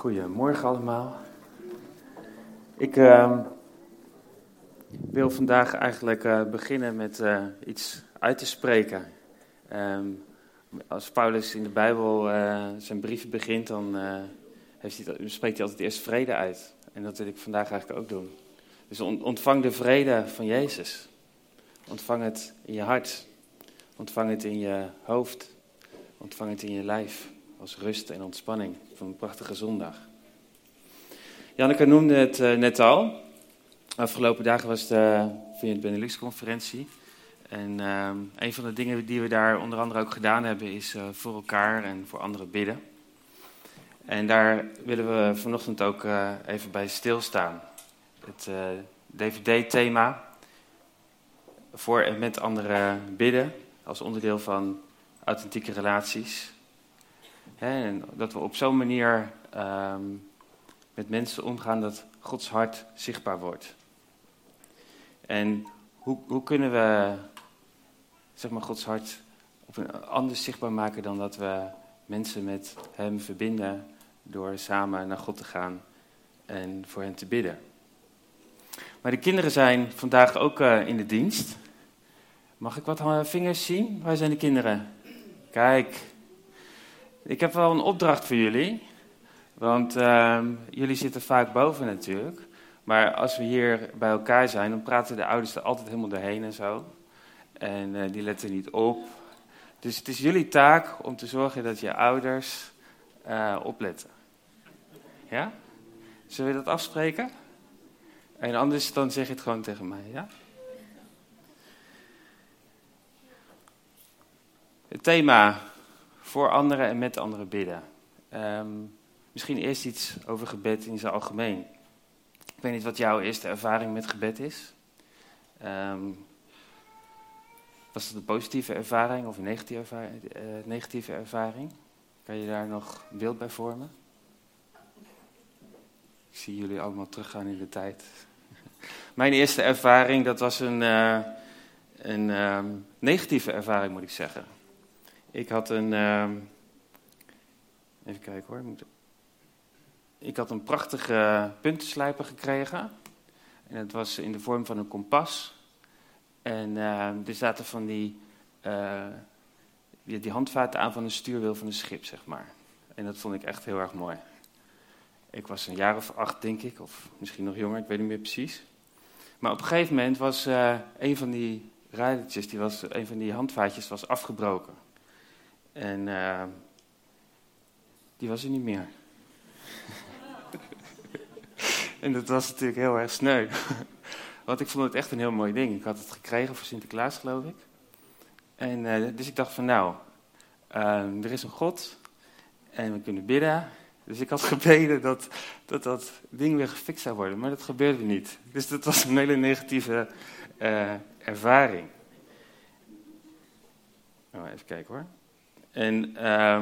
Goedemorgen allemaal. Ik wil vandaag eigenlijk beginnen met iets uit te spreken. Als Paulus in de Bijbel zijn brieven begint, dan spreekt hij altijd eerst vrede uit. En dat wil ik vandaag eigenlijk ook doen. Dus ontvang de vrede van Jezus. Ontvang het in je hart. Ontvang het in je hoofd. Ontvang het in je lijf. Als rust en ontspanning van een prachtige zondag. Janneke noemde het net al. Afgelopen dagen was de Benelux-conferentie. En een van de dingen die we daar onder andere ook gedaan hebben, is voor elkaar en voor anderen bidden. En daar willen we vanochtend ook even bij stilstaan. Het DVD-thema, voor en met anderen bidden, als onderdeel van authentieke relaties. En dat we op zo'n manier met mensen omgaan dat Gods hart zichtbaar wordt. En hoe kunnen we Gods hart anders zichtbaar maken dan dat we mensen met Hem verbinden door samen naar God te gaan en voor Hem te bidden. Maar de kinderen zijn vandaag ook in de dienst. Mag ik wat vingers zien? Waar zijn de kinderen? Kijk, ik heb wel een opdracht voor jullie. Want jullie zitten vaak boven natuurlijk. Maar als we hier bij elkaar zijn, dan praten de ouders er altijd helemaal doorheen en zo. En die letten niet op. Dus het is jullie taak om te zorgen dat je ouders opletten. Ja? Zullen we dat afspreken? En anders dan zeg je het gewoon tegen mij, ja? Het thema, voor anderen en met anderen bidden. Misschien eerst iets over gebed in zijn algemeen. Ik weet niet wat jouw eerste ervaring met gebed is. Was het een positieve ervaring of een negatieve ervaring? Kan je daar nog een beeld bij vormen? Ik zie jullie allemaal teruggaan in de tijd. Mijn eerste ervaring, dat was een negatieve ervaring, moet ik zeggen. Ik had even kijken hoor. Ik had een prachtige puntenslijper gekregen. En het was in de vorm van een kompas. En er zaten van die handvaten aan van een stuurwiel van een schip, zeg maar. En dat vond ik echt heel erg mooi. Ik was een jaar of 8, denk ik, of misschien nog jonger, ik weet niet meer precies. Maar op een gegeven moment was een van die ruitertjes, een van die handvaatjes was afgebroken. En die was er niet meer. En dat was natuurlijk heel erg sneu. Want ik vond het echt een heel mooi ding. Ik had het gekregen voor Sinterklaas, geloof ik. En dus ik dacht van er is een God en we kunnen bidden. Dus ik had gebeden dat ding weer gefixt zou worden. Maar dat gebeurde niet. Dus dat was een hele negatieve ervaring. Nou, even kijken hoor. En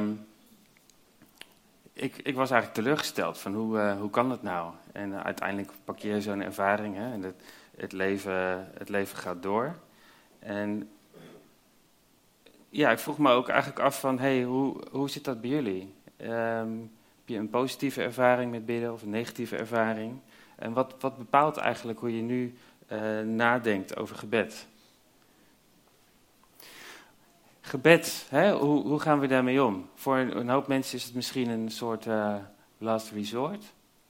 ik was eigenlijk teleurgesteld van hoe kan dat nou? En uiteindelijk pak je zo'n ervaring, hè, en het leven gaat door. En ja, ik vroeg me ook eigenlijk af van, hoe zit dat bij jullie? Heb je een positieve ervaring met bidden of een negatieve ervaring? En wat bepaalt eigenlijk hoe je nu nadenkt over gebed? Gebed, hè? Hoe gaan we daarmee om? Voor een hoop mensen is het misschien een soort last resort.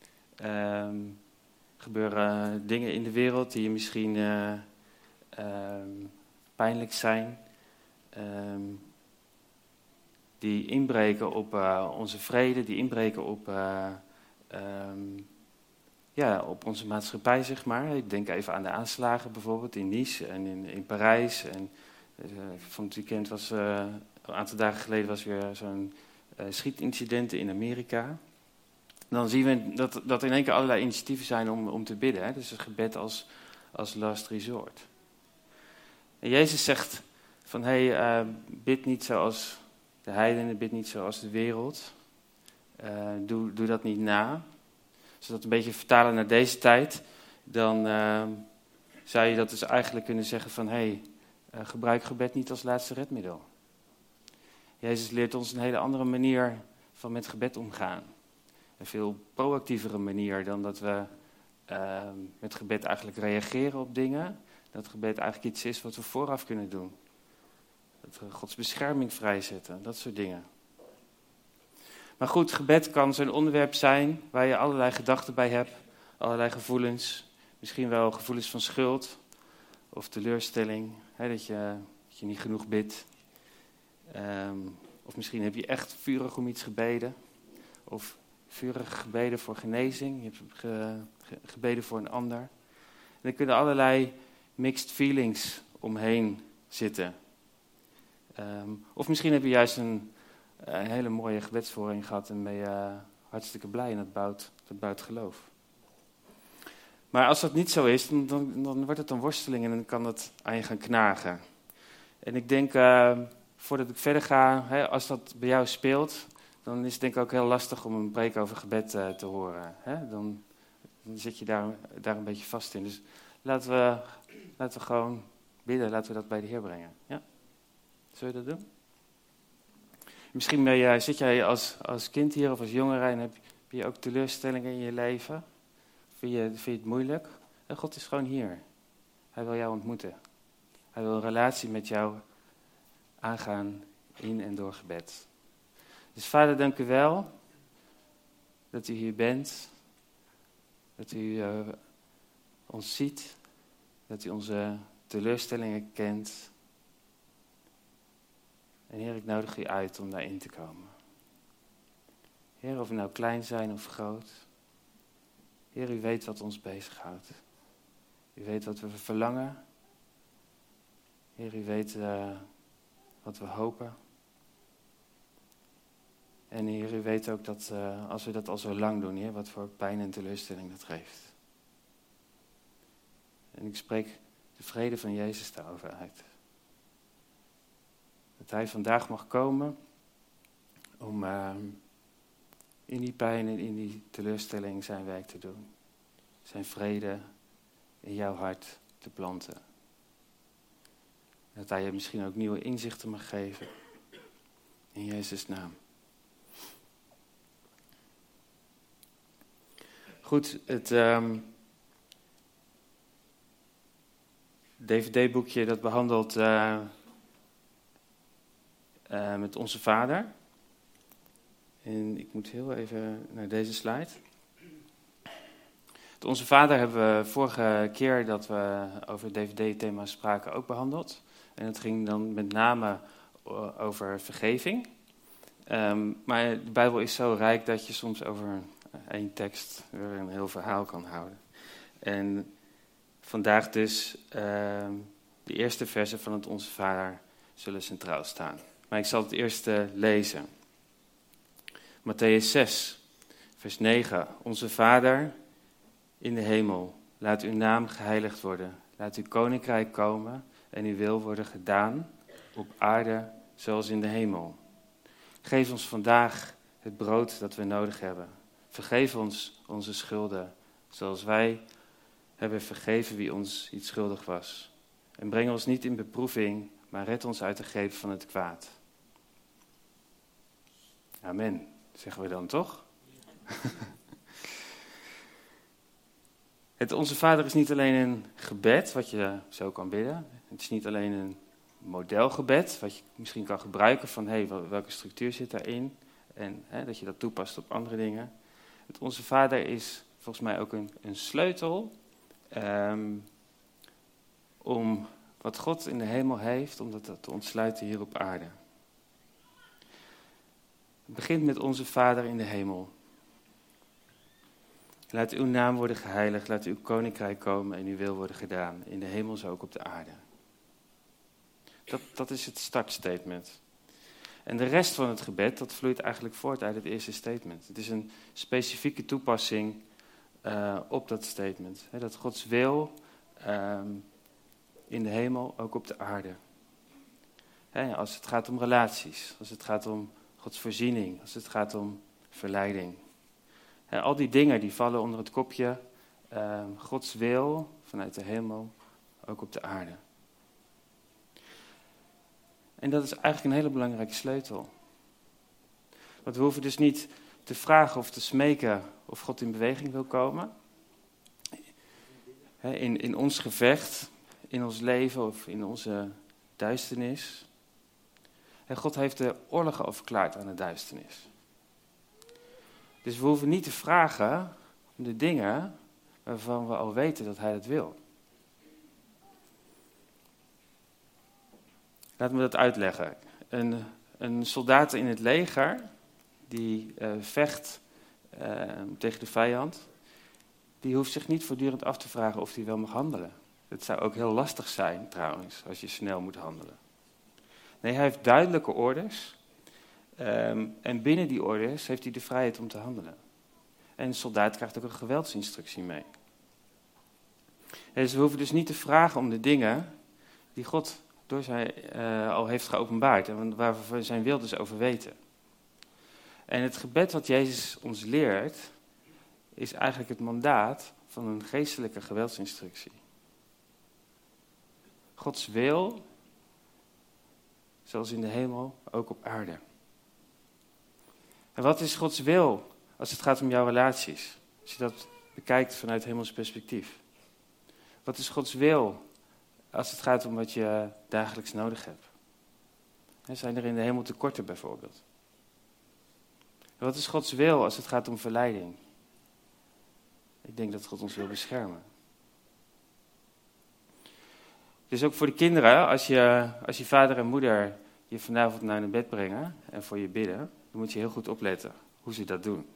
Gebeuren dingen in de wereld die misschien pijnlijk zijn. Die inbreken op onze vrede, die inbreken op onze maatschappij, zeg maar. Ik denk even aan de aanslagen bijvoorbeeld in Nice en in Parijs. En van het weekend een aantal dagen geleden was weer zo'n schietincident in Amerika. Dan zien we dat er in één keer allerlei initiatieven zijn om te bidden. Hè? Dus het gebed als last resort. En Jezus zegt van, bid niet zoals de heidenen, bid niet zoals de wereld. Doe dat niet na. Als we dat een beetje vertalen naar deze tijd, dan zou je dat dus eigenlijk kunnen zeggen van, gebruik gebed niet als laatste redmiddel. Jezus leert ons een hele andere manier van met gebed omgaan. een veel proactievere manier dan dat we met gebed eigenlijk reageren op dingen. Dat gebed eigenlijk iets is wat we vooraf kunnen doen. Dat we Gods bescherming vrijzetten, dat soort dingen. Maar goed, gebed kan zo'n onderwerp zijn waar je allerlei gedachten bij hebt, allerlei gevoelens. Misschien wel gevoelens van schuld of teleurstelling, dat je niet genoeg bidt. Of misschien heb je echt vurig om iets gebeden. Of vurig gebeden voor genezing, je hebt gebeden voor een ander. En er kunnen allerlei mixed feelings omheen zitten. Of misschien heb je juist een hele mooie gebedsvoering gehad en ben je hartstikke blij en dat bouwt geloof. Maar als dat niet zo is, dan wordt het een worsteling en dan kan dat aan je gaan knagen. En ik denk, voordat ik verder ga, als dat bij jou speelt, dan is het denk ik ook heel lastig om een preek over gebed te horen. Dan zit je daar een beetje vast in. Dus laten we gewoon bidden, laten we dat bij de Heer brengen. Ja? Zullen we dat doen? Misschien zit jij als kind hier of als jongere en heb je ook teleurstellingen in je leven? Vind je het moeilijk? En God is gewoon hier. Hij wil jou ontmoeten. Hij wil een relatie met jou aangaan in en door gebed. Dus Vader, dank u wel dat u hier bent. Dat u ons ziet. Dat u onze teleurstellingen kent. En Heer, ik nodig u uit om daarin te komen. Heer, of we nou klein zijn of groot. Heer, u weet wat ons bezighoudt. U weet wat we verlangen. Heer, u weet wat we hopen. En Heer, u weet ook dat als we dat al zo lang doen, Heer, wat voor pijn en teleurstelling dat geeft. En ik spreek de vrede van Jezus daarover uit. Dat Hij vandaag mag komen om in die pijn en in die teleurstelling zijn werk te doen. Zijn vrede in jouw hart te planten. Dat Hij je misschien ook nieuwe inzichten mag geven. In Jezus' naam. Goed, het DVD-boekje dat behandelt met Onze Vader. En ik moet heel even naar deze slide. Het Onze Vader hebben we vorige keer dat we over het DVD-thema spraken ook behandeld. En het ging dan met name over vergeving. Maar de Bijbel is zo rijk dat je soms over één tekst weer een heel verhaal kan houden. En vandaag dus de eerste versen van het Onze Vader zullen centraal staan. Maar ik zal het eerst lezen. Mattheüs 6, vers 9. Onze Vader in de hemel, laat uw naam geheiligd worden. Laat uw koninkrijk komen en uw wil worden gedaan op aarde zoals in de hemel. Geef ons vandaag het brood dat we nodig hebben. Vergeef ons onze schulden, zoals wij hebben vergeven wie ons iets schuldig was. En breng ons niet in beproeving, maar red ons uit de greep van het kwaad. Amen, zeggen we dan toch? Het Onze Vader is niet alleen een gebed wat je zo kan bidden. Het is niet alleen een modelgebed wat je misschien kan gebruiken van welke structuur zit daarin. En dat je dat toepast op andere dingen. Het Onze Vader is volgens mij ook een sleutel om wat God in de hemel heeft, om dat te ontsluiten hier op aarde. Het begint met Onze Vader in de hemel. Laat uw naam worden geheiligd, laat uw koninkrijk komen en uw wil worden gedaan. In de hemel zo ook op de aarde. Dat is het startstatement. En de rest van het gebed, dat vloeit eigenlijk voort uit het eerste statement. Het is een specifieke toepassing op dat statement. Dat Gods wil in de hemel ook op de aarde. Als het gaat om relaties, als het gaat om Gods voorziening, als het gaat om verleiding. Al die dingen die vallen onder het kopje Gods wil vanuit de hemel ook op de aarde. En dat is eigenlijk een hele belangrijke sleutel. Want we hoeven dus niet te vragen of te smeken of God in beweging wil komen. In ons gevecht, in ons leven of in onze duisternis. En God heeft de oorlog al verklaard aan de duisternis. Dus we hoeven niet te vragen om de dingen waarvan we al weten dat hij het wil. Laat me dat uitleggen. Een soldaat in het leger die vecht tegen de vijand, die hoeft zich niet voortdurend af te vragen of hij wel mag handelen. Het zou ook heel lastig zijn trouwens, als je snel moet handelen. Nee, hij heeft duidelijke orders. En binnen die orders heeft hij de vrijheid om te handelen. En een soldaat krijgt ook een geweldsinstructie mee. Dus we hoeven dus niet te vragen om de dingen die God door zij al heeft geopenbaard. En waar we zijn wil dus over weten. En het gebed wat Jezus ons leert, is eigenlijk het mandaat van een geestelijke geweldsinstructie. Gods wil, zoals in de hemel, ook op aarde. En wat is Gods wil als het gaat om jouw relaties? Als je dat bekijkt vanuit hemels perspectief. Wat is Gods wil als het gaat om wat je dagelijks nodig hebt? Zijn er in de hemel tekorten bijvoorbeeld? En wat is Gods wil als het gaat om verleiding? Ik denk dat God ons wil beschermen. Dus ook voor de kinderen, als je vader en moeder je vanavond naar bed brengen en voor je bidden, dan moet je heel goed opletten hoe ze dat doen.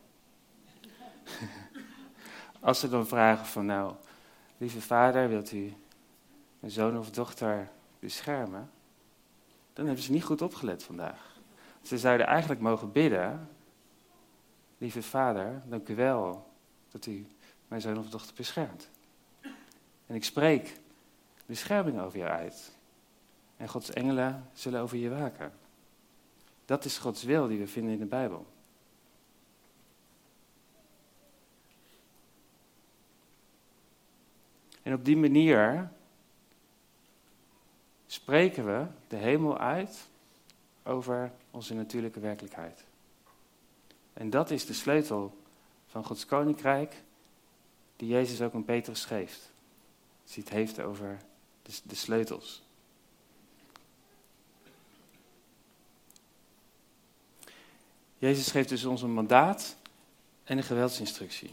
Als ze dan vragen van, nou, lieve vader, wilt u mijn zoon of dochter beschermen? Dan hebben ze niet goed opgelet vandaag. Ze zouden eigenlijk mogen bidden, lieve vader, dank u wel dat u mijn zoon of dochter beschermt. En ik spreek bescherming over je uit. En Gods engelen zullen over je waken. Dat is Gods wil die we vinden in de Bijbel. En op die manier spreken we de hemel uit over onze natuurlijke werkelijkheid. En dat is de sleutel van Gods koninkrijk die Jezus ook aan Petrus geeft. Als hij het heeft over de sleutels. Jezus geeft dus ons een mandaat en een geweldsinstructie.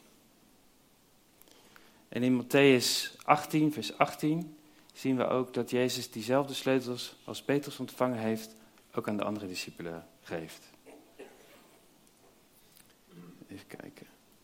En in Mattheüs 18, vers 18 zien we ook dat Jezus diezelfde sleutels als Petrus ontvangen heeft, ook aan de andere discipelen geeft. Even kijken.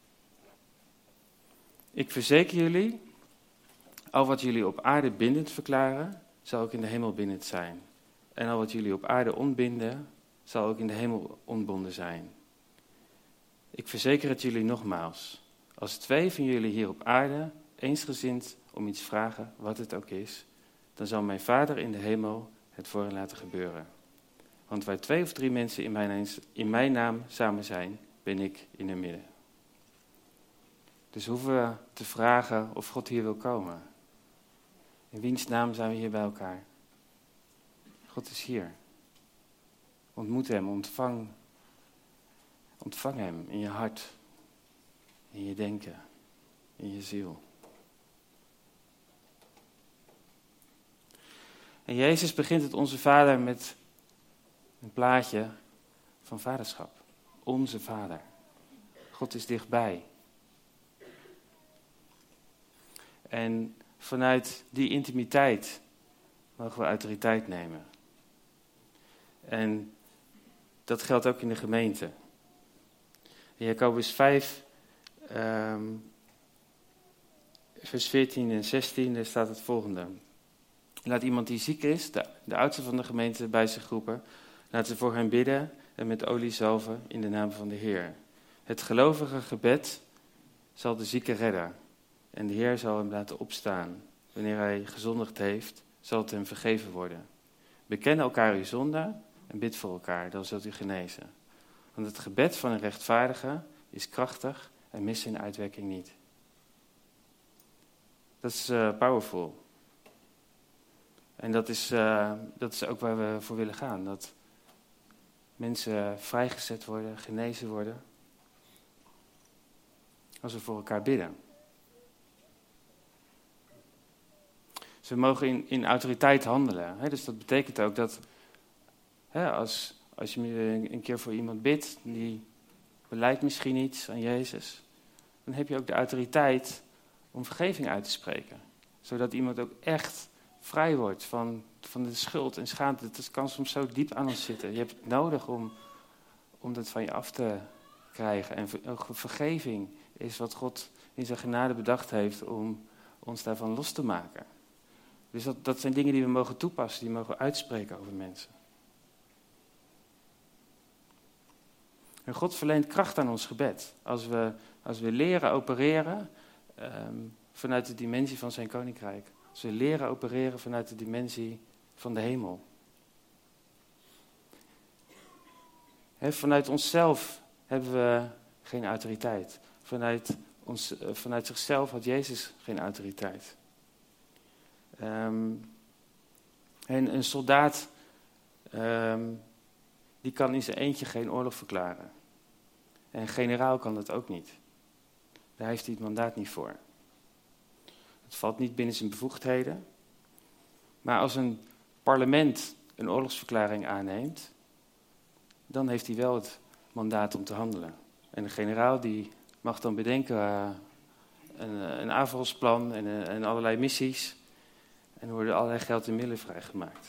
Ik verzeker jullie, al wat jullie op aarde bindend verklaren, zal ook in de hemel bindend zijn. En al wat jullie op aarde ontbinden, zal ook in de hemel ontbonden zijn. Ik verzeker het jullie nogmaals. Als 2 van jullie hier op aarde eensgezind om iets vragen, wat het ook is, dan zal mijn Vader in de hemel het voor hen laten gebeuren. Want waar 2 of 3 mensen in mijn naam samen zijn, ben ik in hun midden. Dus hoeven we te vragen of God hier wil komen? In wiens naam zijn we hier bij elkaar? God is hier. Ontmoet hem, ontvang hem in je hart, in je denken, in je ziel. En Jezus begint het Onze Vader met een plaatje van vaderschap. Onze Vader. God is dichtbij. En vanuit die intimiteit mogen we autoriteit nemen. En dat geldt ook in de gemeente. In Jacobus 5, vers 14 en 16, daar staat het volgende. Laat iemand die ziek is, de oudste van de gemeente, bij zich roepen. Laat ze voor hem bidden en met olie zalven in de naam van de Heer. Het gelovige gebed zal de zieke redden. En de Heer zal hem laten opstaan. Wanneer hij gezondigd heeft, zal het hem vergeven worden. Beken elkaar uw zonde en bid voor elkaar, dan zult u genezen. Want het gebed van een rechtvaardige is krachtig en mist zijn uitwerking niet. Dat is powerful. En dat is ook waar we voor willen gaan. Dat mensen vrijgezet worden, genezen worden als we voor elkaar bidden. Dus we mogen in autoriteit handelen. Hè? Dus dat betekent ook dat als je een keer voor iemand bidt, die belijdt misschien iets aan Jezus, dan heb je ook de autoriteit om vergeving uit te spreken. Zodat iemand ook echt vrij wordt van de schuld en schaamte. Dat kan soms zo diep aan ons zitten. Je hebt het nodig om dat van je af te krijgen. En vergeving is wat God in zijn genade bedacht heeft om ons daarvan los te maken. Dus dat zijn dingen die we mogen toepassen, die we mogen uitspreken over mensen. En God verleent kracht aan ons gebed. Als we leren opereren vanuit de dimensie van zijn koninkrijk. Als we leren opereren vanuit de dimensie van de hemel. Vanuit onszelf hebben we geen autoriteit. Vanuit zichzelf had Jezus geen autoriteit. En een soldaat die kan in zijn eentje geen oorlog verklaren. En een generaal kan dat ook niet. Daar heeft hij het mandaat niet voor. Het valt niet binnen zijn bevoegdheden. Maar als een parlement een oorlogsverklaring aanneemt, dan heeft hij wel het mandaat om te handelen. En de generaal die mag dan bedenken een aanvalsplan en allerlei missies. En er worden allerlei geld en middelen vrijgemaakt.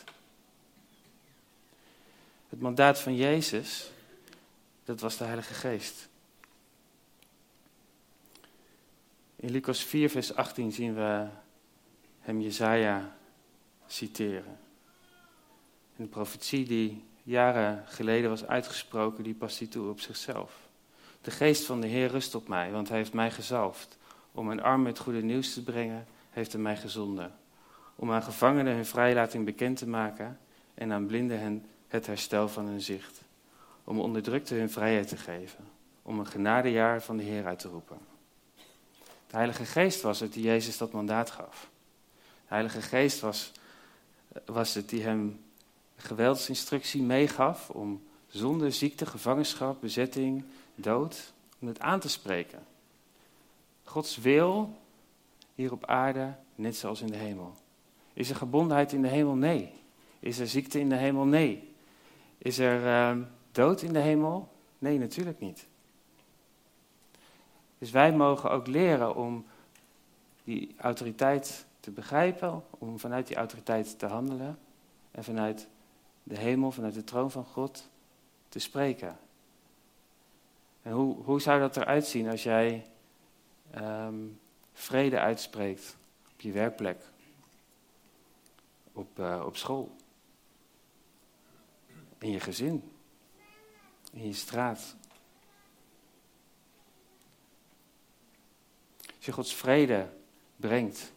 Het mandaat van Jezus, dat was de Heilige Geest. In Lucas 4, vers 18 zien we hem Jesaja citeren. En de profetie die jaren geleden was uitgesproken, die past hij toe op zichzelf. De geest van de Heer rust op mij, want hij heeft mij gezalfd. Om een armen het goede nieuws te brengen, heeft hij mij gezonden. Om aan gevangenen hun vrijlating bekend te maken en aan blinden het herstel van hun zicht. Om onderdrukten hun vrijheid te geven. Om een genadejaar van de Heer uit te roepen. De Heilige Geest was het die Jezus dat mandaat gaf. De Heilige Geest was het die hem geweldsinstructie meegaf om zonde, ziekte, gevangenschap, bezetting, dood, om het aan te spreken. Gods wil hier op aarde, net zoals in de hemel. Is er gebondenheid in de hemel? Nee. Is er ziekte in de hemel? Nee. Is er dood in de hemel? Nee, natuurlijk niet. Dus wij mogen ook leren om die autoriteit te begrijpen, om vanuit die autoriteit te handelen en vanuit de hemel, vanuit de troon van God te spreken. En hoe zou dat eruit zien als jij vrede uitspreekt op je werkplek, op school, in je gezin, in je straat? Als je Gods vrede brengt.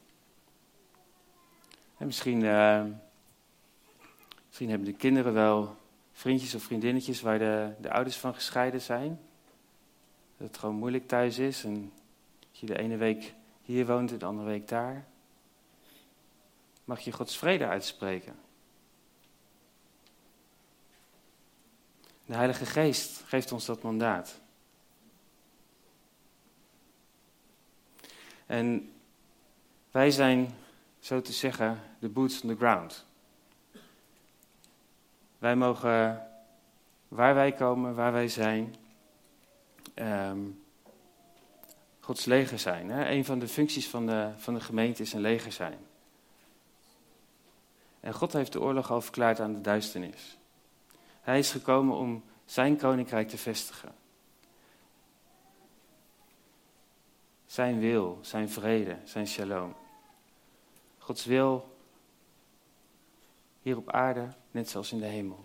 En misschien hebben de kinderen wel vriendjes of vriendinnetjes waar de ouders van gescheiden zijn. Dat het gewoon moeilijk thuis is en dat je de ene week hier woont en de andere week daar. Mag je Gods vrede uitspreken. De Heilige Geest geeft ons dat mandaat. En wij zijn, zo te zeggen, de boots on the ground. Wij mogen, waar wij komen, waar wij zijn, Gods leger zijn. Hè? Een van de functies van de gemeente is een leger zijn. En God heeft de oorlog al verklaard aan de duisternis. Hij is gekomen om zijn koninkrijk te vestigen. Zijn wil, zijn vrede, zijn shalom. Gods wil hier op aarde, net zoals in de hemel.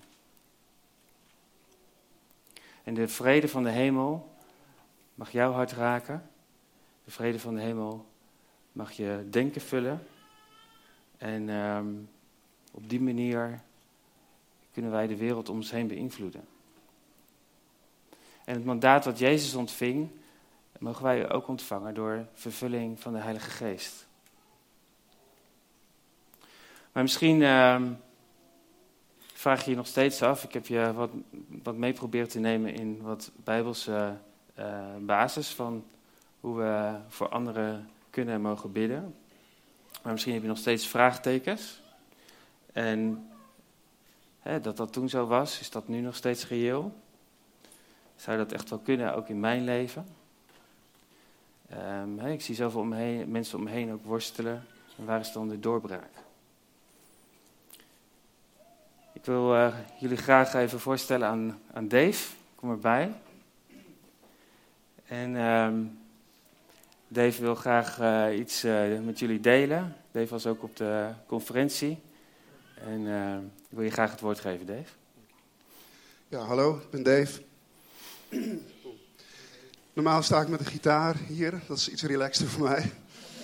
En de vrede van de hemel mag jouw hart raken. De vrede van de hemel mag je denken vullen. En op die manier kunnen wij de wereld om ons heen beïnvloeden. En het mandaat wat Jezus ontving, mogen wij ook ontvangen door vervulling van de Heilige Geest. Maar misschien vraag je je nog steeds af. Ik heb je wat mee proberen te nemen in wat bijbelse basis van hoe we voor anderen kunnen en mogen bidden. Maar misschien heb je nog steeds vraagtekens. En dat toen zo was, is dat nu nog steeds reëel? Zou dat echt wel kunnen, ook in mijn leven? Ik zie zoveel mensen om me heen ook worstelen. En waar is dan de doorbraak? Ik wil jullie graag even voorstellen aan Dave. Kom erbij. En Dave wil graag iets met jullie delen. Dave was ook op de conferentie. En ik wil je graag het woord geven, Dave. Ja, hallo, ik ben Dave. Normaal sta ik met de gitaar hier. Dat is iets relaxter voor mij.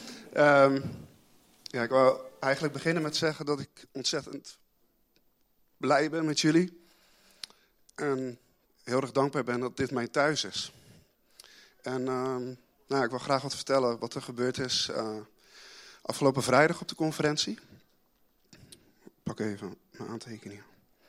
Ik wou eigenlijk beginnen met zeggen dat ik ontzettend blij ben met jullie. En heel erg dankbaar ben dat dit mijn thuis is. En ik wil graag wat vertellen wat er gebeurd is afgelopen vrijdag op de conferentie. Ik pak even mijn aantekeningen.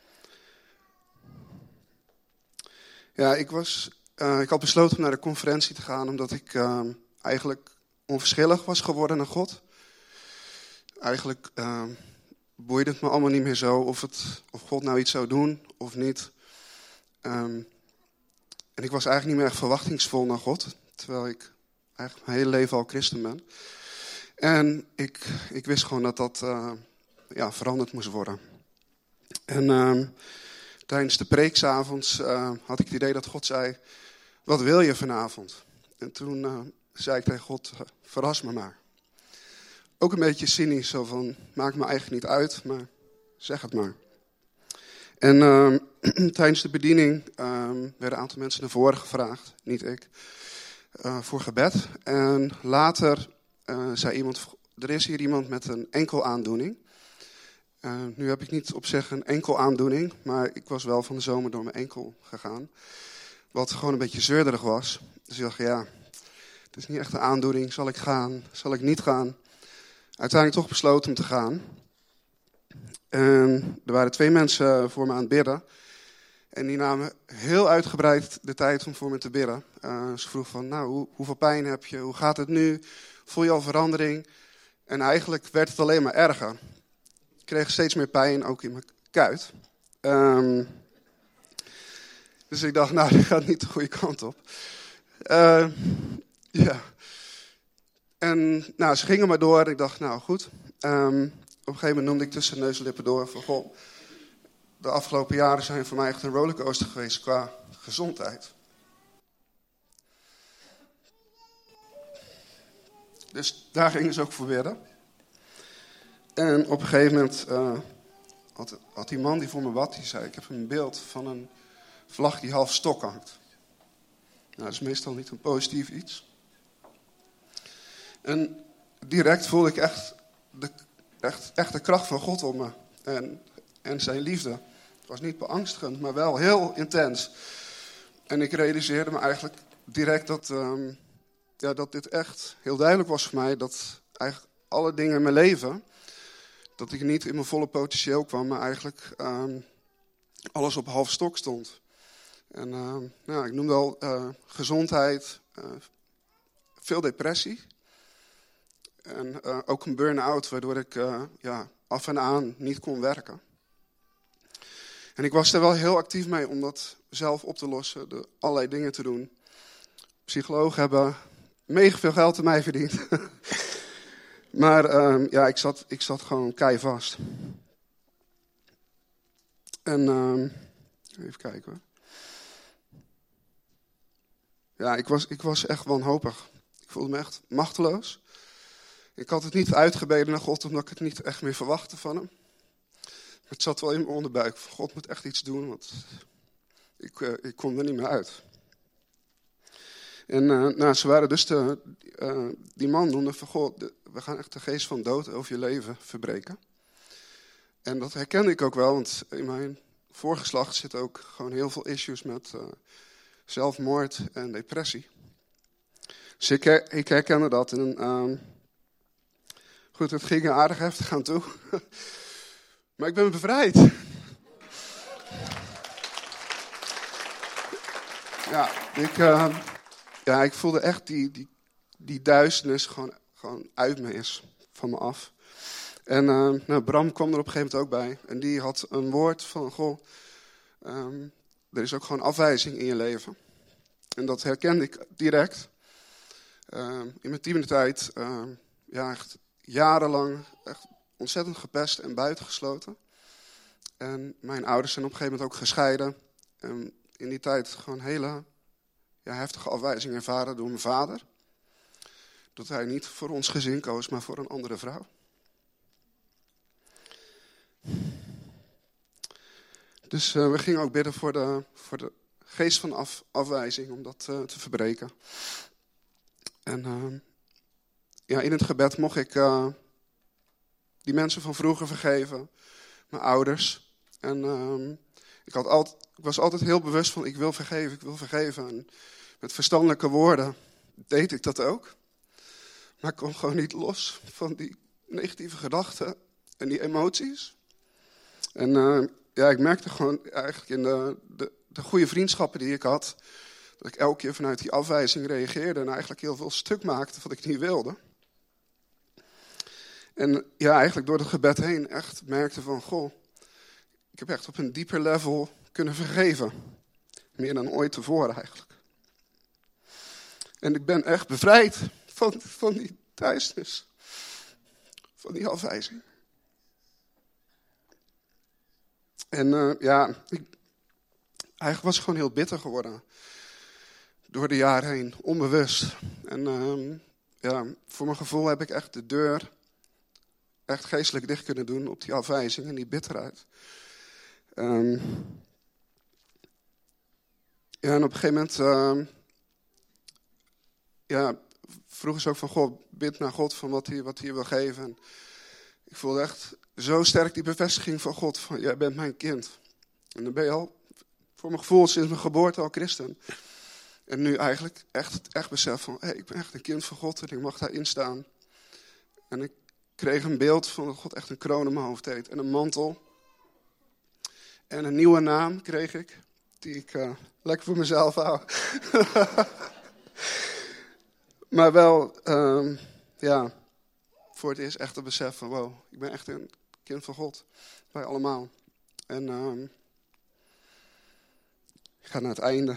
Ja, ik had besloten om naar de conferentie te gaan omdat ik eigenlijk onverschillig was geworden naar God. Eigenlijk boeide het me allemaal niet meer zo of God nou iets zou doen of niet. En ik was eigenlijk niet meer echt verwachtingsvol naar God, terwijl ik eigenlijk mijn hele leven al christen ben. En ik wist gewoon dat veranderd moest worden. En tijdens de preeksavonds had ik het idee dat God zei, wat wil je vanavond? En toen zei ik tegen God, verras me maar. Ook een beetje cynisch, zo van, maakt me eigenlijk niet uit, maar zeg het maar. En tijdens de bediening werden een aantal mensen naar voren gevraagd, niet ik, voor gebed. En later zei iemand, er is hier iemand met een enkelaandoening. Nu heb ik niet op zich een enkelaandoening, maar ik was wel van de zomer door mijn enkel gegaan. Wat gewoon een beetje zeurderig was. Dus ik dacht, ja, het is niet echt een aandoening, zal ik gaan, zal ik niet gaan? Uiteindelijk toch besloten om te gaan. En er waren 2 mensen voor me aan het bidden. En die namen heel uitgebreid de tijd om voor me te bidden. Ze vroeg van, nou, hoeveel pijn heb je? Hoe gaat het nu? Voel je al verandering? En eigenlijk werd het alleen maar erger. Ik kreeg steeds meer pijn, ook in mijn kuit. Dus ik dacht, nou, dit gaat niet de goede kant op. Ja. En nou, ze gingen maar door. Ik dacht, nou goed. Op een gegeven moment noemde ik tussen neus en lippen door van, goh, de afgelopen jaren zijn voor mij echt een rollercoaster geweest qua gezondheid. Dus daar gingen ze ook voor bidden. En op een gegeven moment had die man die voor me bad, die zei, ik heb een beeld van een vlag die half stok hangt. Nou, dat is meestal niet een positief iets. En direct voelde ik echt de kracht van God op me. En zijn liefde. Het was niet beangstigend, maar wel heel intens. En ik realiseerde me eigenlijk direct dat dit echt heel duidelijk was voor mij. Dat eigenlijk alle dingen in mijn leven, dat ik niet in mijn volle potentieel kwam, maar eigenlijk alles op half stok stond. En ik noemde al gezondheid, veel depressie. En ook een burn-out, waardoor ik af en aan niet kon werken. En ik was er wel heel actief mee om dat zelf op te lossen, allerlei dingen te doen. Psychologen hebben mega veel geld aan mij verdiend. Maar ik zat gewoon keivast. En even kijken hoor. Ja, ik was echt wanhopig. Ik voelde me echt machteloos. Ik had het niet uitgebeden naar God, omdat ik het niet echt meer verwachtte van hem. Maar het zat wel in mijn onderbuik. God moet echt iets doen, want ik kon er niet meer uit. En ze waren dus die man noemde van, God, we gaan echt de geest van dood over je leven verbreken. En dat herkende ik ook wel, want in mijn voorgeslacht zitten ook gewoon heel veel issues met zelfmoord en depressie. Dus ik herkende dat. En goed, het ging er aardig heftig aan toe. Maar ik ben bevrijd. Ja, ik voelde echt die die duisternis gewoon uit me is, van me af. En Bram kwam er op een gegeven moment ook bij. En die had een woord van, goh, er is ook gewoon afwijzing in je leven. En dat herkende ik direct. In mijn tienertijd, echt jarenlang echt ontzettend gepest en buitengesloten. En mijn ouders zijn op een gegeven moment ook gescheiden. En in die tijd gewoon hele heftige afwijzing ervaren door mijn vader. Dat hij niet voor ons gezin koos, maar voor een andere vrouw. Dus we gingen ook bidden voor de geest van afwijzing, om dat te verbreken. En in het gebed mocht ik die mensen van vroeger vergeven, mijn ouders. En ik was altijd heel bewust van, ik wil vergeven. En met verstandelijke woorden deed ik dat ook. Maar ik kwam gewoon niet los van die negatieve gedachten en die emoties. En ik merkte gewoon eigenlijk in de goede vriendschappen die ik had, dat ik elke keer vanuit die afwijzing reageerde en eigenlijk heel veel stuk maakte wat ik niet wilde. En eigenlijk door het gebed heen echt merkte van, goh, ik heb echt op een dieper level kunnen vergeven. Meer dan ooit tevoren eigenlijk. En ik ben echt bevrijd van die duisternis. Van die afwijzing. En eigenlijk was ik gewoon heel bitter geworden. Door de jaren heen, onbewust. En voor mijn gevoel heb ik echt de deur echt geestelijk dicht kunnen doen op die afwijzing en die bitterheid. En op een gegeven moment vroegen ze ook van, goh, bid naar God van wat hij wil geven. En ik voelde echt zo sterk die bevestiging van God, van jij bent mijn kind. En dan ben je al, voor mijn gevoel, sinds mijn geboorte al christen. En nu eigenlijk echt besef van, ik ben echt een kind van God en ik mag daarin staan. En ik kreeg een beeld van dat God echt een kroon op mijn hoofd heeft en een mantel. En een nieuwe naam kreeg ik, die ik lekker voor mezelf hou. Maar wel, voor het eerst echt het besef van, wow, ik ben echt een kind van God. Wij allemaal. En ik ga naar het einde.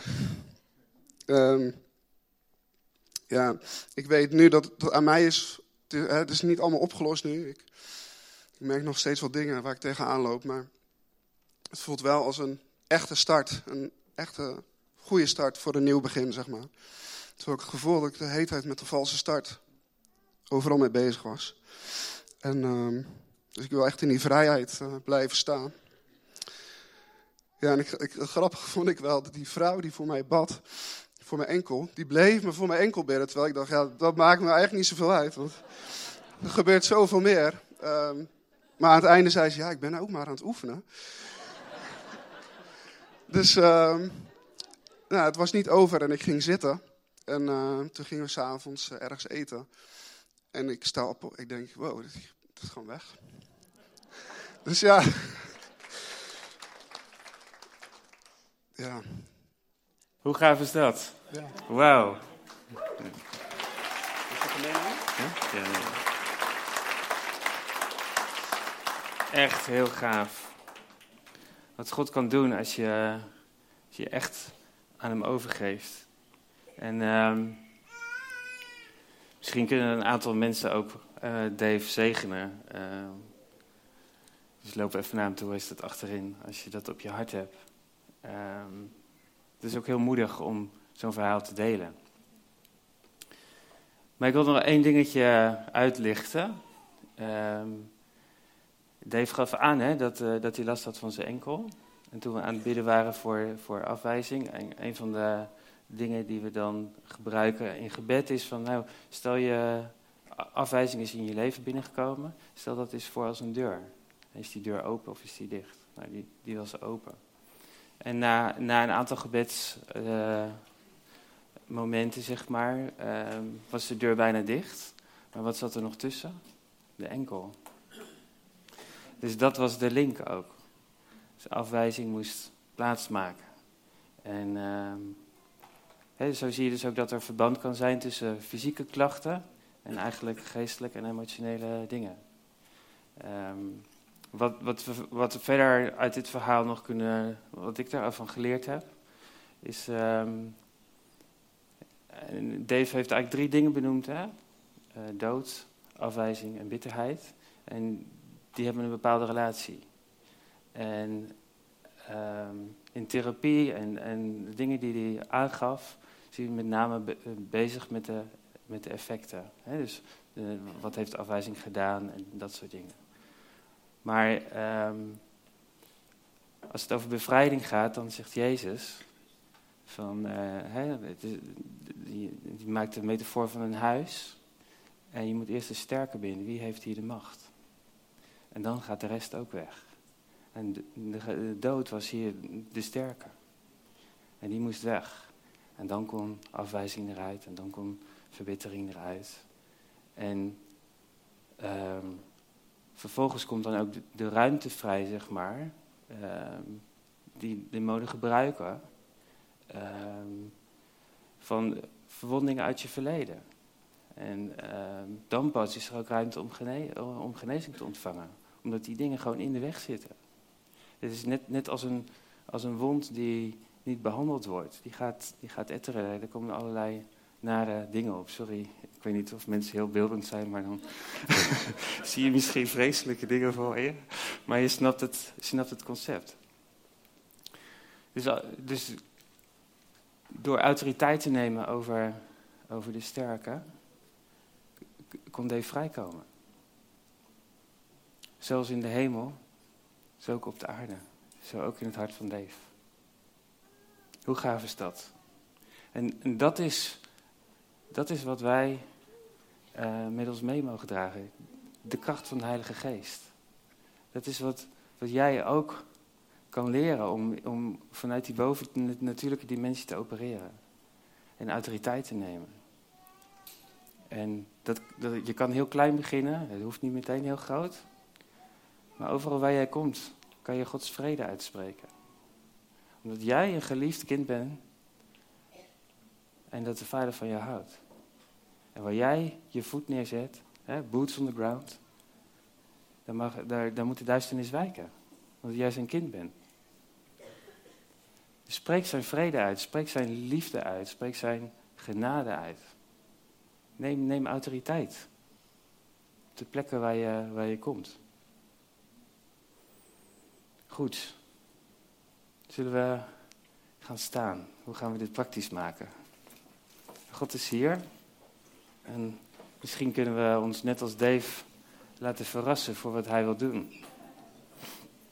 Ik weet nu dat het aan mij is. Het is niet allemaal opgelost nu. Ik merk nog steeds wat dingen waar ik tegenaan loop. Maar het voelt wel als een echte start. Een echte goede start voor een nieuw begin, zeg maar. Terwijl ik het gevoel dat ik de hele tijd met de valse start overal mee bezig was. En dus ik wil echt in die vrijheid blijven staan. Ja, en het grappige vond ik wel dat die vrouw die voor mij bad, voor mijn enkel, die bleef me voor mijn enkel bidden. Terwijl ik dacht, dat maakt me eigenlijk niet zoveel uit. Want er gebeurt zoveel meer. Maar aan het einde zei ze, ik ben ook maar aan het oefenen. Dus het was niet over en ik ging zitten. En toen gingen we 's avonds ergens eten. En ik sta op, ik denk, wow, dit is gewoon weg. Dus ja. Ja. Hoe gaaf is dat? Ja. Wauw. Is dat een mening? Ja. Echt heel gaaf. Wat God kan doen als je echt aan hem overgeeft. En misschien kunnen een aantal mensen ook Dave zegenen. Dus loop even naar hem toe, is dat achterin, als je dat op je hart hebt. Het is ook heel moedig om zo'n verhaal te delen. Maar ik wil nog één dingetje uitlichten. Dave gaf aan dat hij last had van zijn enkel. En toen we aan het bidden waren voor afwijzing, een van de dingen die we dan gebruiken in gebed is van, stel je afwijzing is in je leven binnengekomen, stel dat eens voor als een deur. Is die deur open of is die dicht? Nou, die was open. En na een aantal gebedsmomenten, zeg maar, was de deur bijna dicht. Maar wat zat er nog tussen? De enkel. Dus dat was de link ook. Dus de afwijzing moest plaatsmaken. En Zo zie je dus ook dat er verband kan zijn tussen fysieke klachten en eigenlijk geestelijke en emotionele dingen. Wat we verder uit dit verhaal nog kunnen, wat ik daarvan geleerd heb, is, Dave heeft eigenlijk 3 dingen benoemd, hè? Dood, afwijzing en bitterheid. En die hebben een bepaalde relatie. En in therapie en de dingen die hij aangaf, zie je met name bezig met de effecten. Hè? Dus wat heeft afwijzing gedaan en dat soort dingen. Maar als het over bevrijding gaat, dan zegt Jezus van, die maakt de metafoor van een huis. En je moet eerst de sterke binden. Wie heeft hier de macht? En dan gaat de rest ook weg. En de dood was hier de sterke. En die moest weg. En dan kon afwijzing eruit. En dan kon verbittering eruit. En vervolgens komt dan ook de ruimte vrij, zeg maar. Die mogen gebruiken. Van verwondingen uit je verleden. En dan pas is er ook ruimte om genezing te ontvangen. Omdat die dingen gewoon in de weg zitten. Het is net als een wond die niet behandeld wordt. Die gaat etteren. Er komen allerlei nare dingen op. Sorry, ik weet niet of mensen heel beeldend zijn, maar dan zie je misschien vreselijke dingen voor je. Maar je snapt het concept. Dus door autoriteit te nemen over de sterke, kon Dave vrijkomen. Zoals in de hemel, zo ook op de aarde. Zo ook in het hart van Dave. Hoe gaaf is dat? En dat is wat wij met ons mee mogen dragen. De kracht van de Heilige Geest. Dat is wat jij ook kan leren om vanuit die bovennatuurlijke dimensie te opereren. En autoriteit te nemen. En je kan heel klein beginnen, het hoeft niet meteen heel groot. Maar overal waar jij komt, kan je Gods vrede uitspreken. Omdat jij een geliefd kind bent en dat de Vader van jou houdt. En waar jij je voet neerzet, boots on the ground, dan moet de duisternis wijken. Omdat jij zijn kind bent. Dus spreek zijn vrede uit, spreek zijn liefde uit, spreek zijn genade uit. Neem autoriteit. Op de plekken waar je komt. Goed. Zullen we gaan staan? Hoe gaan we dit praktisch maken? God is hier. En misschien kunnen we ons net als Dave laten verrassen voor wat hij wil doen.